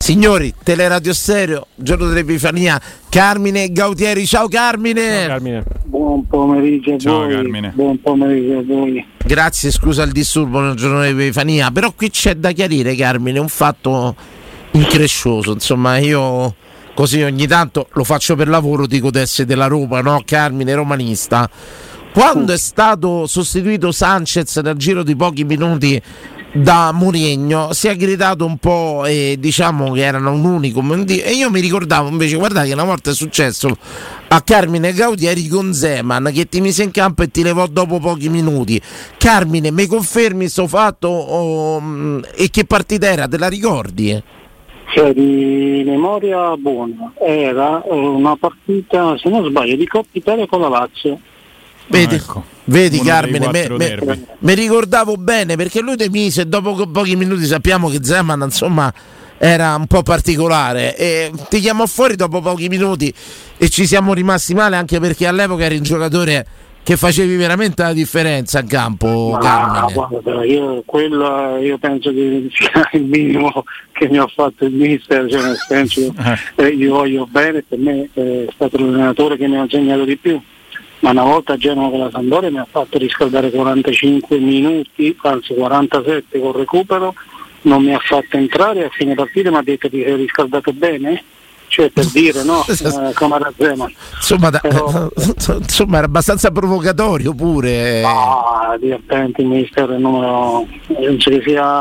Signori, Teleradio Stereo, giorno dell'Epifania, Carmine Gautieri. Ciao Carmine. Ciao Carmine. Buon pomeriggio a Ciao voi. Carmine. Buon pomeriggio a voi. Grazie, scusa il disturbo nel giorno dell'Epifania, però qui c'è da chiarire, Carmine, un fatto increscioso. Insomma, io così ogni tanto lo faccio per lavoro, dico d'essere della Roma, no Carmine, romanista. Quando è stato sostituito Sanchez nel giro di pochi minuti da Mourinho, si è gridato un po' e diciamo che erano un unicum, e io mi ricordavo invece, guardate che una volta è successo a Carmine Gautieri con Zeman che ti mise in campo e ti levò dopo pochi minuti. Carmine, mi confermi sto fatto? E che partita era, te la ricordi? Cioè, di memoria buona, era una partita, se non sbaglio, di Coppa Italia con la Lazio. Vedi, ecco. vedi Uno Carmine, dei 4 derby. mi ricordavo bene perché lui ti mise e dopo pochi minuti sappiamo che Zeman insomma era un po' particolare e ti chiamò fuori dopo pochi minuti e ci siamo rimasti male anche perché all'epoca eri un giocatore che facevi veramente la differenza in campo, Carmine. Guarda, io penso che sia il minimo che mi ha fatto il mister, cioè nel senso io voglio bene, per me è stato l'allenatore che mi ha insegnato di più. Ma una volta a Genova con la Sampdoria mi ha fatto riscaldare 45 minuti, anzi 47 con recupero, non mi ha fatto entrare, a fine partita mi ha detto ti sei riscaldato bene? Cioè per dire, no? Come era Zeman. Insomma era abbastanza provocatorio pure. Divertente il mister, penso che sia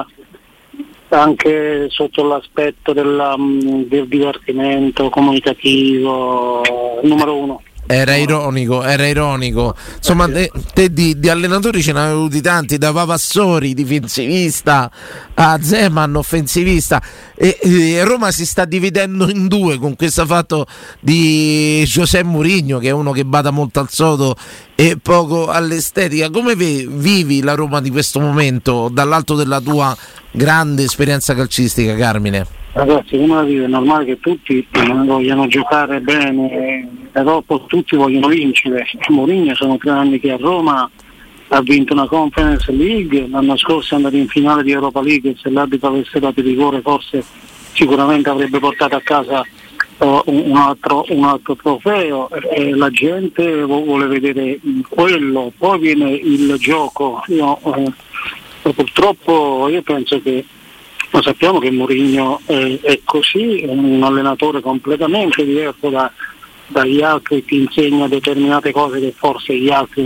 anche sotto l'aspetto del divertimento comunicativo numero uno. Era ironico. Insomma, te di allenatori ce ne avevi avuti tanti, da Pavassori difensivista a Zeman offensivista, e Roma si sta dividendo in due con questo fatto di José Mourinho, che è uno che bada molto al sodo e poco all'estetica. Come vivi la Roma di questo momento dall'alto della tua grande esperienza calcistica, Carmine? Ragazzi, come la vive? È normale che tutti vogliano giocare bene, però poi tutti vogliono vincere. Mourinho sono 3 anni che a Roma ha vinto una Conference League, l'anno scorso è andato in finale di Europa League, se l'arbitro avesse dato il rigore forse sicuramente avrebbe portato a casa un altro trofeo, e la gente vuole vedere quello, poi viene il gioco. Purtroppo io penso che lo sappiamo che Mourinho è così, è un allenatore completamente diverso dagli altri, ti insegna determinate cose che forse gli altri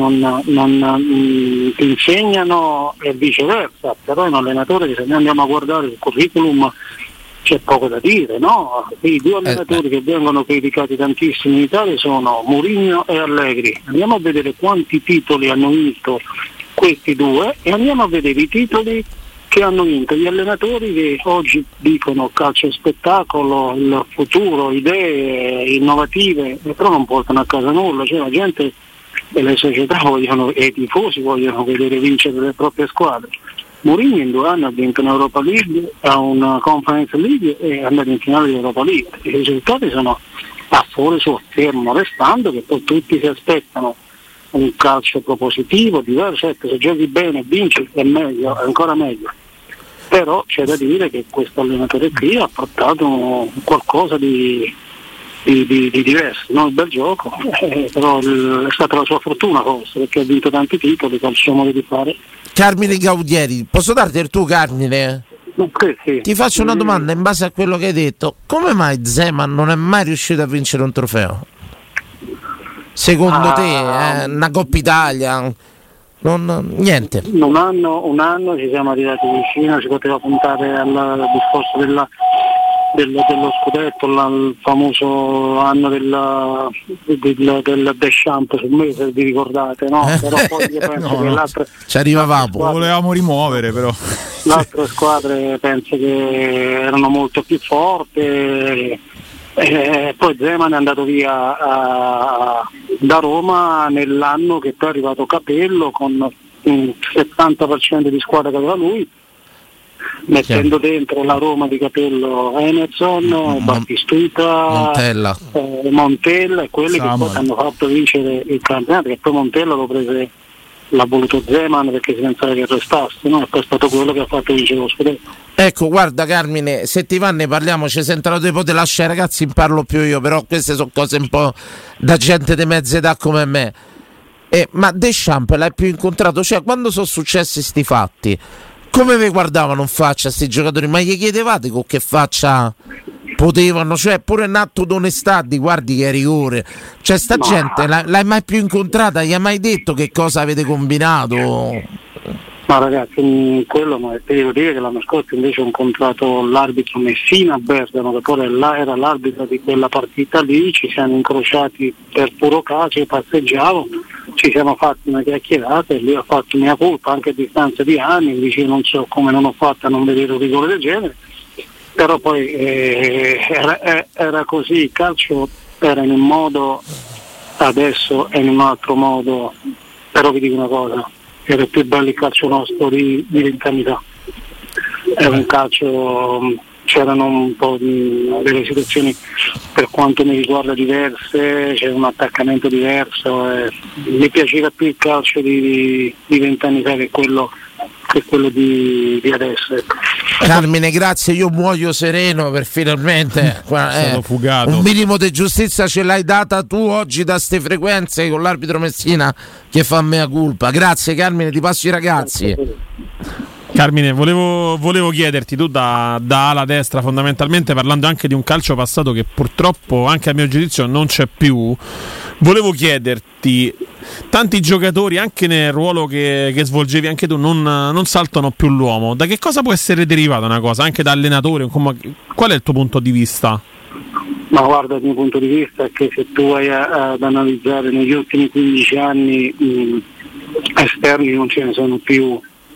non ti insegnano e viceversa, però è un allenatore che, se noi andiamo a guardare il curriculum, c'è poco da dire, no? I 2 allenatori che vengono criticati tantissimo in Italia sono Mourinho e Allegri. Andiamo a vedere quanti titoli hanno vinto questi 2 e andiamo a vedere i titoli che hanno vinto gli allenatori che oggi dicono calcio e spettacolo, il futuro, idee innovative, però non portano a casa nulla. Cioè la gente e le società e i tifosi vogliono vedere vincere le proprie squadre. Mourinho in 2 anni ha vinto un'Europa League, ha una Conference League e è andato in finale di Europa League. I risultati sono a fuori sul fermo restando, che poi tutti si aspettano un calcio propositivo, diverso. Certo, se giochi bene, vinci, è meglio, è ancora meglio. Però c'è da dire che questo allenatore qui ha portato qualcosa di diverso, non il bel gioco, però è stata la sua fortuna forse, perché ha vinto tanti titoli, che ha il suo modo di fare. Carmine Gautieri, posso darti il tuo, Carmine? Sì. Ti faccio una domanda in base a quello che hai detto: come mai Zeman non è mai riuscito a vincere un trofeo? Secondo te, una Coppa Italia? Niente. Un anno ci siamo arrivati vicino, si poteva puntare al discorso dello scudetto, il famoso anno del Deschamps sul mese, vi ricordate, no? Però poi io penso che l'altra ci arrivavamo, lo volevamo rimuovere, però le altre squadre penso che erano molto più forti. Poi Zeman è andato via da Roma nell'anno che poi è arrivato Capello con un 70% di squadra che aveva lui, mettendo dentro la Roma di Capello Emerson, Battistuta, Montella e quelli che poi hanno fatto vincere il campionato, che poi Montella l'ha voluto Zeman perché si pensava che restasse, no? E poi è stato quello che ha fatto vincere lo scudetto. Ecco, guarda Carmine, se ti va ne parliamo, ci sentono dopo, te lascia ai ragazzi, in parlo più io, però queste sono cose un po' da gente di mezza età come me. Ma Deschamps l'hai più incontrato? Cioè, quando sono successi sti fatti, come vi guardavano in faccia sti giocatori? Ma gli chiedevate con che faccia potevano? Cioè, pure in atto d'onestà, di guardi che è rigore. Cioè, sta gente, l'hai mai più incontrata? Gli hai mai detto che cosa avete combinato? Ma ragazzi, quello, ma devo dire che l'anno scorso invece ho incontrato l'arbitro Messina a Bergamo, che poi era l'arbitro di quella partita lì, ci siamo incrociati per puro caso, io passeggiavo, ci siamo fatti una chiacchierata e lui ha fatto mia colpa anche a distanza di anni, dice non so come non ho fatto a non vedere un rigore del genere, però poi era così, il calcio era in un modo, adesso è in un altro modo, però vi dico una cosa, era più bello il calcio nostro di 20 anni fa. Era un calcio, c'erano un po' delle situazioni per quanto mi riguarda diverse, c'era un attaccamento diverso, mi piaceva più il calcio di 20 anni fa che quello di adesso. Carmine, grazie, io muoio sereno per finalmente fugato. Un minimo di giustizia ce l'hai data tu oggi da ste frequenze con l'arbitro Messina che fa mea culpa. Grazie Carmine, ti passo i ragazzi. Carmine, volevo chiederti, tu da ala destra fondamentalmente, parlando anche di un calcio passato che purtroppo anche a mio giudizio non c'è più, volevo chiederti, tanti giocatori anche nel ruolo che svolgevi anche tu non saltano più l'uomo, da che cosa può essere derivata una cosa, anche da allenatore, qual è il tuo punto di vista? Ma guarda, il mio punto di vista è che se tu vai ad analizzare negli ultimi 15 anni esterni non ce ne sono più.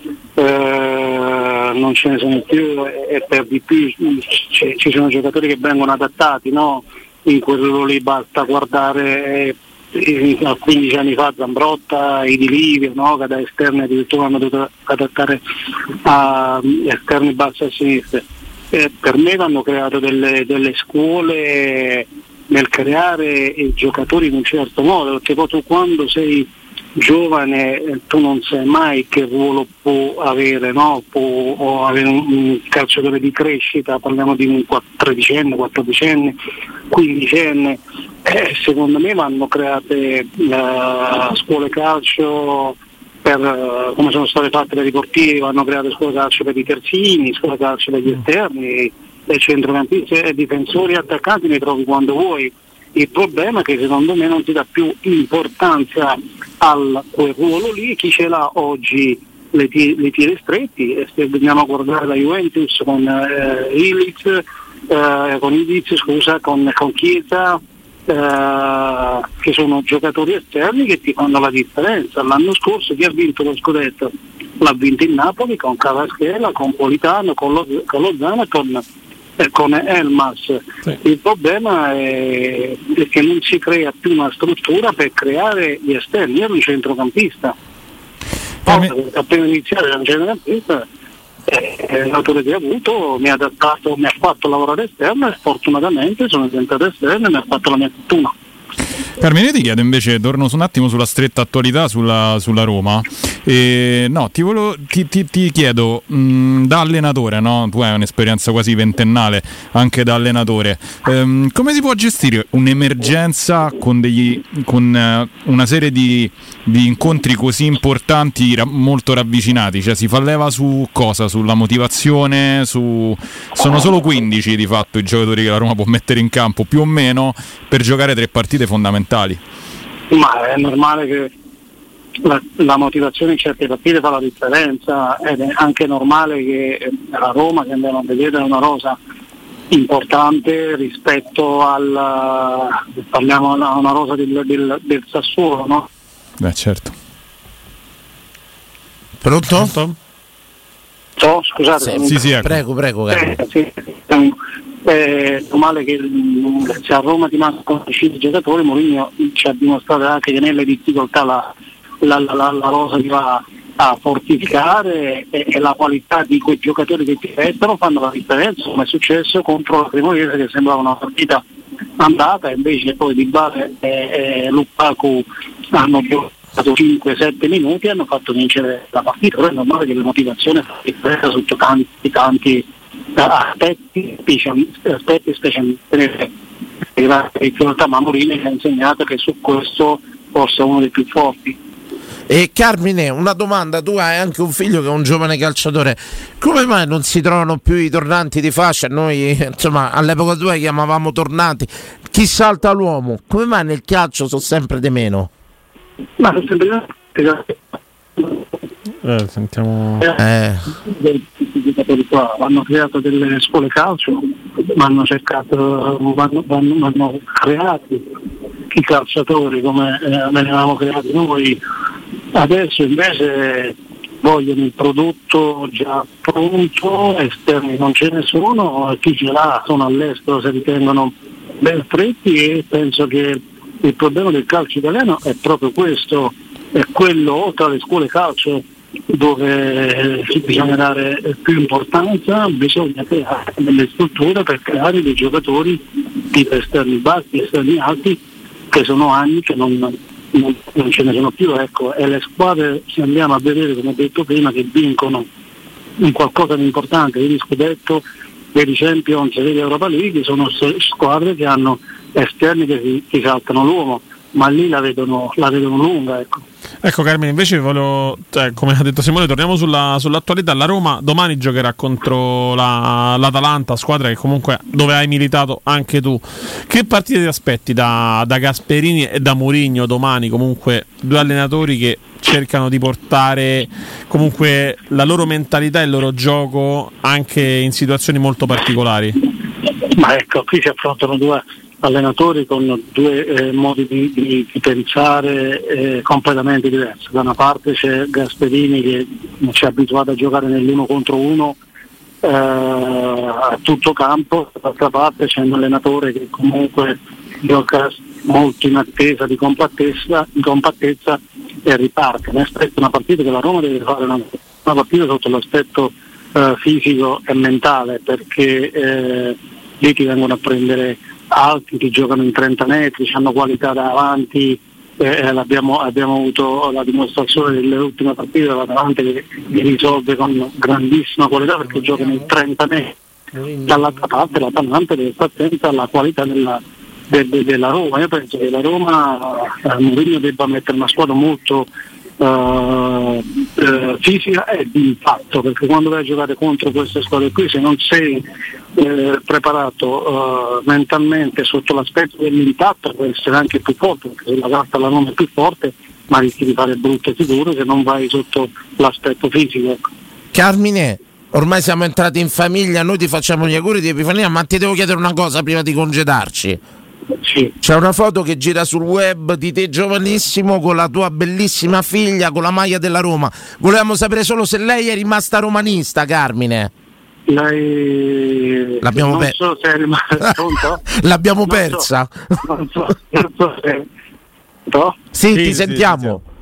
E per di più ci sono giocatori che vengono adattati, no? In quel ruolo lì basta guardare 15 anni fa Zambrotta, Idi Livio, no? Che da esterni addirittura hanno dovuto adattare a esterni bassi a sinistra. Per me vanno creato delle scuole nel creare i giocatori in un certo modo, perché poi tu quando sei giovane tu non sai mai che ruolo può avere, no? Può avere un calciatore di crescita, parliamo di un 13enne, 14enne, 15enne, secondo me vanno create scuole calcio come sono state fatte per i portieri, vanno create scuole calcio per i terzini, scuole calcio per gli esterni, centrocampisti e difensori e attaccanti ne trovi quando vuoi. Il problema è che secondo me non si dà più importanza quel ruolo lì, chi ce l'ha oggi le tira stretti, e se dobbiamo guardare la Juventus con con Chiesa, che sono giocatori esterni che ti fanno la differenza. L'anno scorso chi ha vinto lo scudetto? L'ha vinto il Napoli con Kvaratskhelia, con Politano, con Lozano e con Elmas. Sì. Il problema è che non si crea più una struttura per creare gli esterni. Io ero un centrocampista, appena iniziato ero un centrocampista, l'autore che ho avuto mi ha fatto lavorare esterno e fortunatamente sono diventato esterno e mi ha fatto la mia fortuna. Carmine, ti chiedo invece, torno un attimo sulla stretta attualità sulla Roma. Ti chiedo da allenatore, no? Tu hai un'esperienza quasi ventennale anche da allenatore, come si può gestire un'emergenza con una serie di incontri così importanti molto ravvicinati? Cioè si fa leva su cosa? Sulla motivazione? Sono solo 15 di fatto i giocatori che la Roma può mettere in campo più o meno per giocare 3 partite fondamentali. Ma è normale che la motivazione in certe partite fa la differenza, ed è anche normale che la Roma, che andiamo a vedere, è una rosa importante rispetto parliamo a una rosa del Sassuolo, no? Certo. Pronto? Scusate. Sì, ecco. Prego. È normale che se a Roma ti mancano 5 giocatori, Mourinho ci ha dimostrato anche che nelle difficoltà la rosa ti va a fortificare, e la qualità di quei giocatori che ti restano fanno la differenza, come è successo contro la Cremonese, che sembrava una partita andata, invece poi Dybala e Lukaku hanno 5-7 minuti e hanno fatto vincere la partita. Ora è normale che la motivazione fa differenza sotto tanti aspetti, specialmente la difficoltà, ma Mourinho ci ha insegnato che su questo forse è uno dei più forti. E Carmine, una domanda, tu hai anche un figlio che è un giovane calciatore, come mai non si trovano più i tornanti di fascia? Noi insomma all'epoca tua chiamavamo tornanti, chi salta l'uomo, come mai nel calcio sono sempre di meno? Ma sono sempre sentiamo. I giocatori qua hanno creato delle scuole calcio, vanno creati i calciatori come venivamo creati noi. Adesso invece vogliono il prodotto già pronto, esterni non ce ne sono, chi ce l'ha sono all'estero, si ritengono ben stretti, e penso che il problema del calcio italiano è proprio questo, è quello, oltre alle scuole calcio dove bisogna dare più importanza, bisogna creare delle strutture per creare dei giocatori tipo esterni bassi, esterni alti, che sono anni che non ce ne sono più, ecco. E le squadre, se andiamo a vedere, come ho detto prima, che vincono in qualcosa di importante, vedi scudetto, vedi Champions, vedi Europa League, sono squadre che hanno esterni che si saltano l'uomo, ma lì la vedono lunga, ecco. Ecco Carmine, invece come ha detto Simone, torniamo sull'attualità. La Roma domani giocherà contro l'Atalanta, squadra che comunque dove hai militato anche tu. Che partite ti aspetti da Gasperini e da Mourinho domani? Comunque due allenatori che cercano di portare comunque la loro mentalità e il loro gioco anche in situazioni molto particolari. Ma ecco, qui si affrontano due allenatori con due modi di pensare completamente diversi. Da una parte c'è Gasperini che ci è abituato a giocare nell'1 contro 1 a tutto campo, dall'altra parte c'è un allenatore che comunque gioca molto in attesa di compattezza e riparte. Mi aspetto una partita che la Roma deve fare una partita sotto l'aspetto fisico e mentale, perché lì ti vengono a prendere alti, ti giocano in 30 metri, hanno qualità davanti, abbiamo avuto la dimostrazione delle ultime partite dell'Atalanta che li risolve con grandissima qualità perché giocano in 30 metri. Dall'altra parte l'Atalanta deve stare attenta alla qualità della Roma. Io penso che la Roma, Mourinho debba mettere una squadra molto fisica e di impatto, perché quando vai a giocare contro queste squadre qui, se non sei preparato mentalmente sotto l'aspetto dell'impatto, può essere anche più forte, perché se la carta la Roma è più forte, ma rischi di fare brutte figure se non vai sotto l'aspetto fisico. Carmine, ormai siamo entrati in famiglia, noi ti facciamo gli auguri di Epifania, ma ti devo chiedere una cosa prima di congedarci. Sì. C'è una foto che gira sul web di te giovanissimo con la tua bellissima figlia con la maglia della Roma. Volevamo sapere solo se lei è rimasta romanista, Carmine. L'abbiamo persa. So se è rimasta L'abbiamo persa. Non so se... Sì, ti sentiamo. Sì.